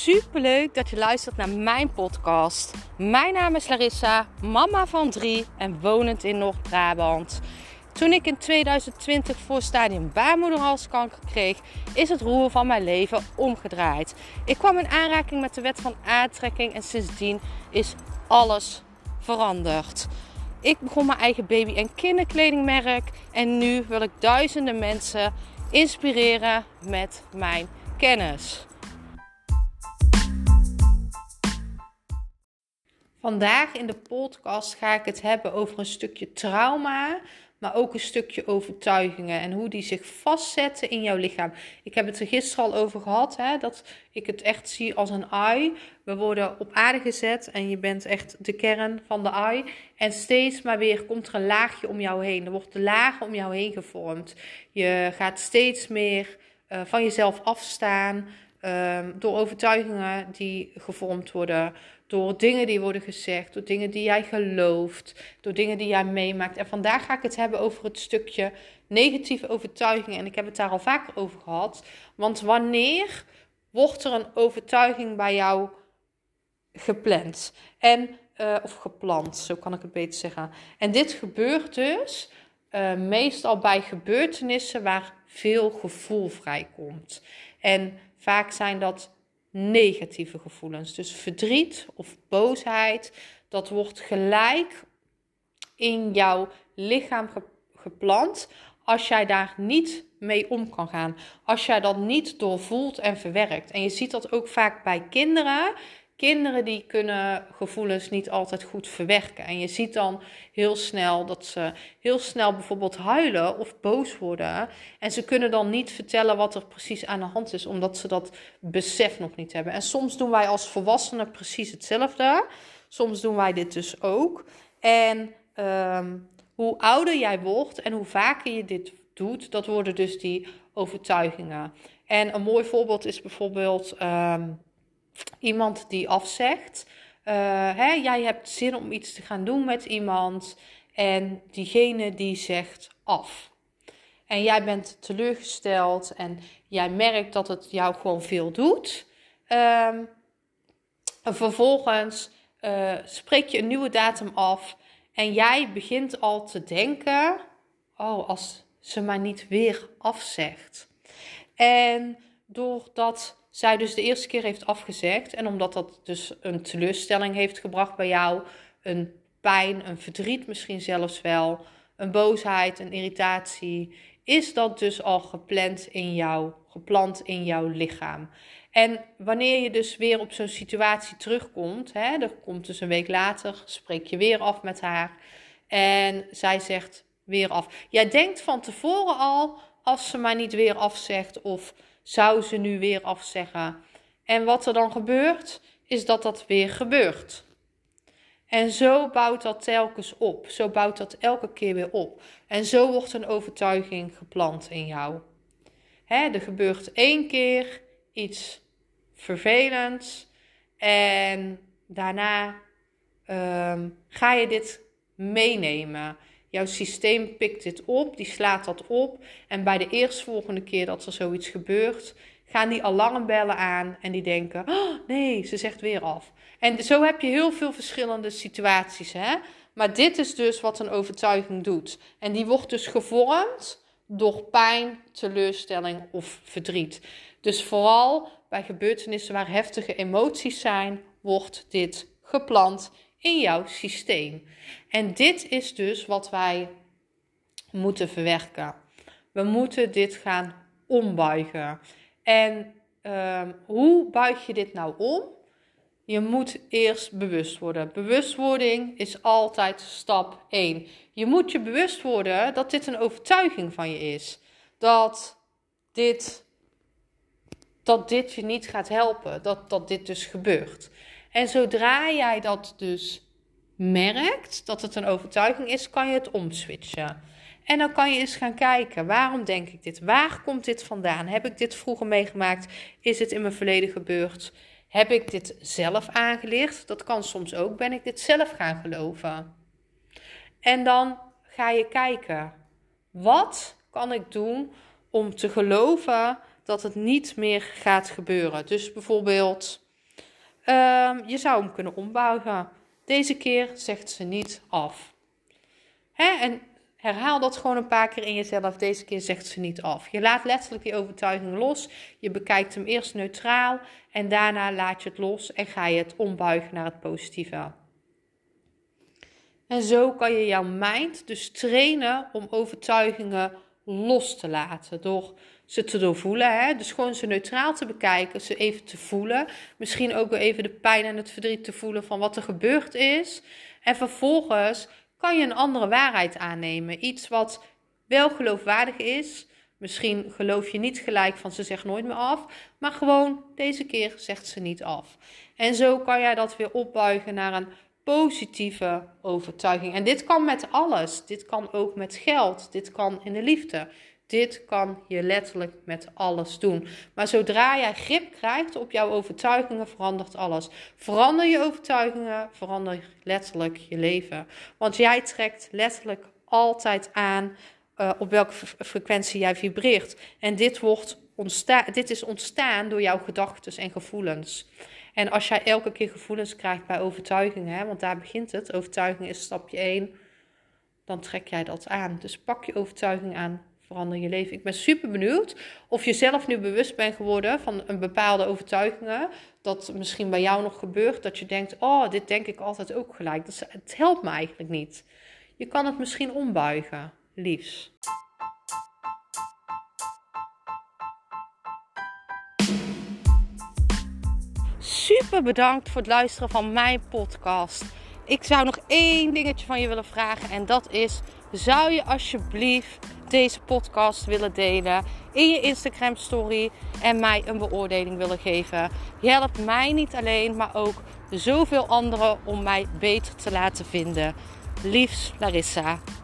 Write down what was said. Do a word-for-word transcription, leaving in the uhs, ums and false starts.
Superleuk dat je luistert naar mijn podcast. Mijn naam is Larissa, mama van drie en wonend in Noord-Brabant. Toen ik in tweeduizend twintig voor stadium baarmoederhalskanker kreeg, is het roer van mijn leven omgedraaid. Ik kwam in aanraking met de wet van aantrekking en sindsdien is alles veranderd. Ik begon mijn eigen baby- en kinderkledingmerk en nu wil ik duizenden mensen inspireren met mijn kennis. Vandaag in de podcast ga ik het hebben over een stukje trauma, maar ook een stukje overtuigingen en hoe die zich vastzetten in jouw lichaam. Ik heb het er gisteren al over gehad, hè, dat ik het echt zie als een ui. We worden op aarde gezet en je bent echt de kern van de ui. En steeds maar weer komt er een laagje om jou heen. Er wordt de laag om jou heen gevormd. Je gaat steeds meer uh, van jezelf afstaan uh, door overtuigingen die gevormd worden. Door dingen die worden gezegd, door dingen die jij gelooft, door dingen die jij meemaakt. En vandaag ga ik het hebben over het stukje negatieve overtuigingen. En ik heb het daar al vaker over gehad. Want wanneer wordt er een overtuiging bij jou gepland? En, uh, of gepland, zo kan ik het beter zeggen. En dit gebeurt dus uh, meestal bij gebeurtenissen waar veel gevoel vrijkomt. En vaak zijn dat negatieve gevoelens. Dus verdriet of boosheid, dat wordt gelijk in jouw lichaam ge- geplant als jij daar niet mee om kan gaan. Als jij dat niet doorvoelt en verwerkt. En je ziet dat ook vaak bij kinderen. Kinderen die kunnen gevoelens niet altijd goed verwerken. En je ziet dan heel snel dat ze heel snel bijvoorbeeld huilen of boos worden. En ze kunnen dan niet vertellen wat er precies aan de hand is, omdat ze dat besef nog niet hebben. En soms doen wij als volwassenen precies hetzelfde. Soms doen wij dit dus ook. En um, hoe ouder jij wordt en hoe vaker je dit doet, dat worden dus die overtuigingen. En een mooi voorbeeld is bijvoorbeeld Um, iemand die afzegt. Uh, hè, jij hebt zin om iets te gaan doen met iemand en diegene die zegt af. En jij bent teleurgesteld en jij merkt dat het jou gewoon veel doet. Um, en vervolgens uh, spreek je een nieuwe datum af en jij begint al te denken, oh, als ze maar niet weer afzegt. En doordat zij dus de eerste keer heeft afgezegd en omdat dat dus een teleurstelling heeft gebracht bij jou, een pijn, een verdriet misschien zelfs wel, een boosheid, een irritatie, is dat dus al gepland in jou, geplant in jouw lichaam. En wanneer je dus weer op zo'n situatie terugkomt, hè, er komt dus een week later, spreek je weer af met haar en zij zegt weer af. Jij denkt van tevoren al, als ze maar niet weer afzegt of zou ze nu weer afzeggen. En wat er dan gebeurt, is dat dat weer gebeurt. En zo bouwt dat telkens op. Zo bouwt dat elke keer weer op. En zo wordt een overtuiging geplant in jou. Hè, er gebeurt één keer iets vervelends. En daarna um, ga je dit meenemen. Jouw systeem pikt dit op, die slaat dat op. En bij de eerstvolgende keer dat er zoiets gebeurt, gaan die alarmbellen aan en die denken, oh, nee, ze zegt weer af. En zo heb je heel veel verschillende situaties, hè? Maar dit is dus wat een overtuiging doet. En die wordt dus gevormd door pijn, teleurstelling of verdriet. Dus vooral bij gebeurtenissen waar heftige emoties zijn, wordt dit geplant in jouw systeem. En dit is dus wat wij moeten verwerken. We moeten dit gaan ombuigen. En uh, hoe buig je dit nou om? Je moet eerst bewust worden. Bewustwording is altijd stap één. Je moet je bewust worden dat dit een overtuiging van je is. Dat dit, dat dit je niet gaat helpen. Dat, dat dit dus gebeurt. En zodra jij dat dus merkt, dat het een overtuiging is, kan je het omswitchen. En dan kan je eens gaan kijken, waarom denk ik dit? Waar komt dit vandaan? Heb ik dit vroeger meegemaakt? Is het in mijn verleden gebeurd? Heb ik dit zelf aangeleerd? Dat kan soms ook. Ben ik dit zelf gaan geloven? En dan ga je kijken, wat kan ik doen om te geloven dat het niet meer gaat gebeuren? Dus bijvoorbeeld, Um, je zou hem kunnen ombuigen. Deze keer zegt ze niet af. Hè? En herhaal dat gewoon een paar keer in jezelf. Deze keer zegt ze niet af. Je laat letterlijk die overtuiging los. Je bekijkt hem eerst neutraal. En daarna laat je het los en ga je het ombuigen naar het positieve. En zo kan je jouw mind dus trainen om overtuigingen los te laten. Door ze te doorvoelen. Hè? Dus gewoon ze neutraal te bekijken. Ze even te voelen. Misschien ook weer even de pijn en het verdriet te voelen van wat er gebeurd is. En vervolgens kan je een andere waarheid aannemen. Iets wat wel geloofwaardig is. Misschien geloof je niet gelijk van ze zegt nooit meer af. Maar gewoon deze keer zegt ze niet af. En zo kan jij dat weer opbuigen naar een positieve overtuiging. En dit kan met alles. Dit kan ook met geld. Dit kan in de liefde. Dit kan je letterlijk met alles doen. Maar zodra jij grip krijgt op jouw overtuigingen, verandert alles. Verander je overtuigingen, verander letterlijk je leven. Want jij trekt letterlijk altijd aan uh, op welke frequentie jij vibreert. En dit, wordt ontstaan, dit is ontstaan door jouw gedachten en gevoelens. En als jij elke keer gevoelens krijgt bij overtuigingen, hè, want daar begint het. Overtuiging is stapje één. Dan trek jij dat aan. Dus pak je overtuiging aan. Verander je leven. Ik ben super benieuwd of je zelf nu bewust bent geworden van een bepaalde overtuigingen. Dat misschien bij jou nog gebeurt. Dat je denkt, oh, dit denk ik altijd ook gelijk. Dat, het helpt me eigenlijk niet. Je kan het misschien ombuigen. Liefs. Super bedankt voor het luisteren van mijn podcast. Ik zou nog één dingetje van je willen vragen. En dat is, zou je alsjeblieft deze podcast willen delen in je Instagram story en mij een beoordeling willen geven. Je helpt mij niet alleen, maar ook zoveel anderen om mij beter te laten vinden. Liefs, Larissa.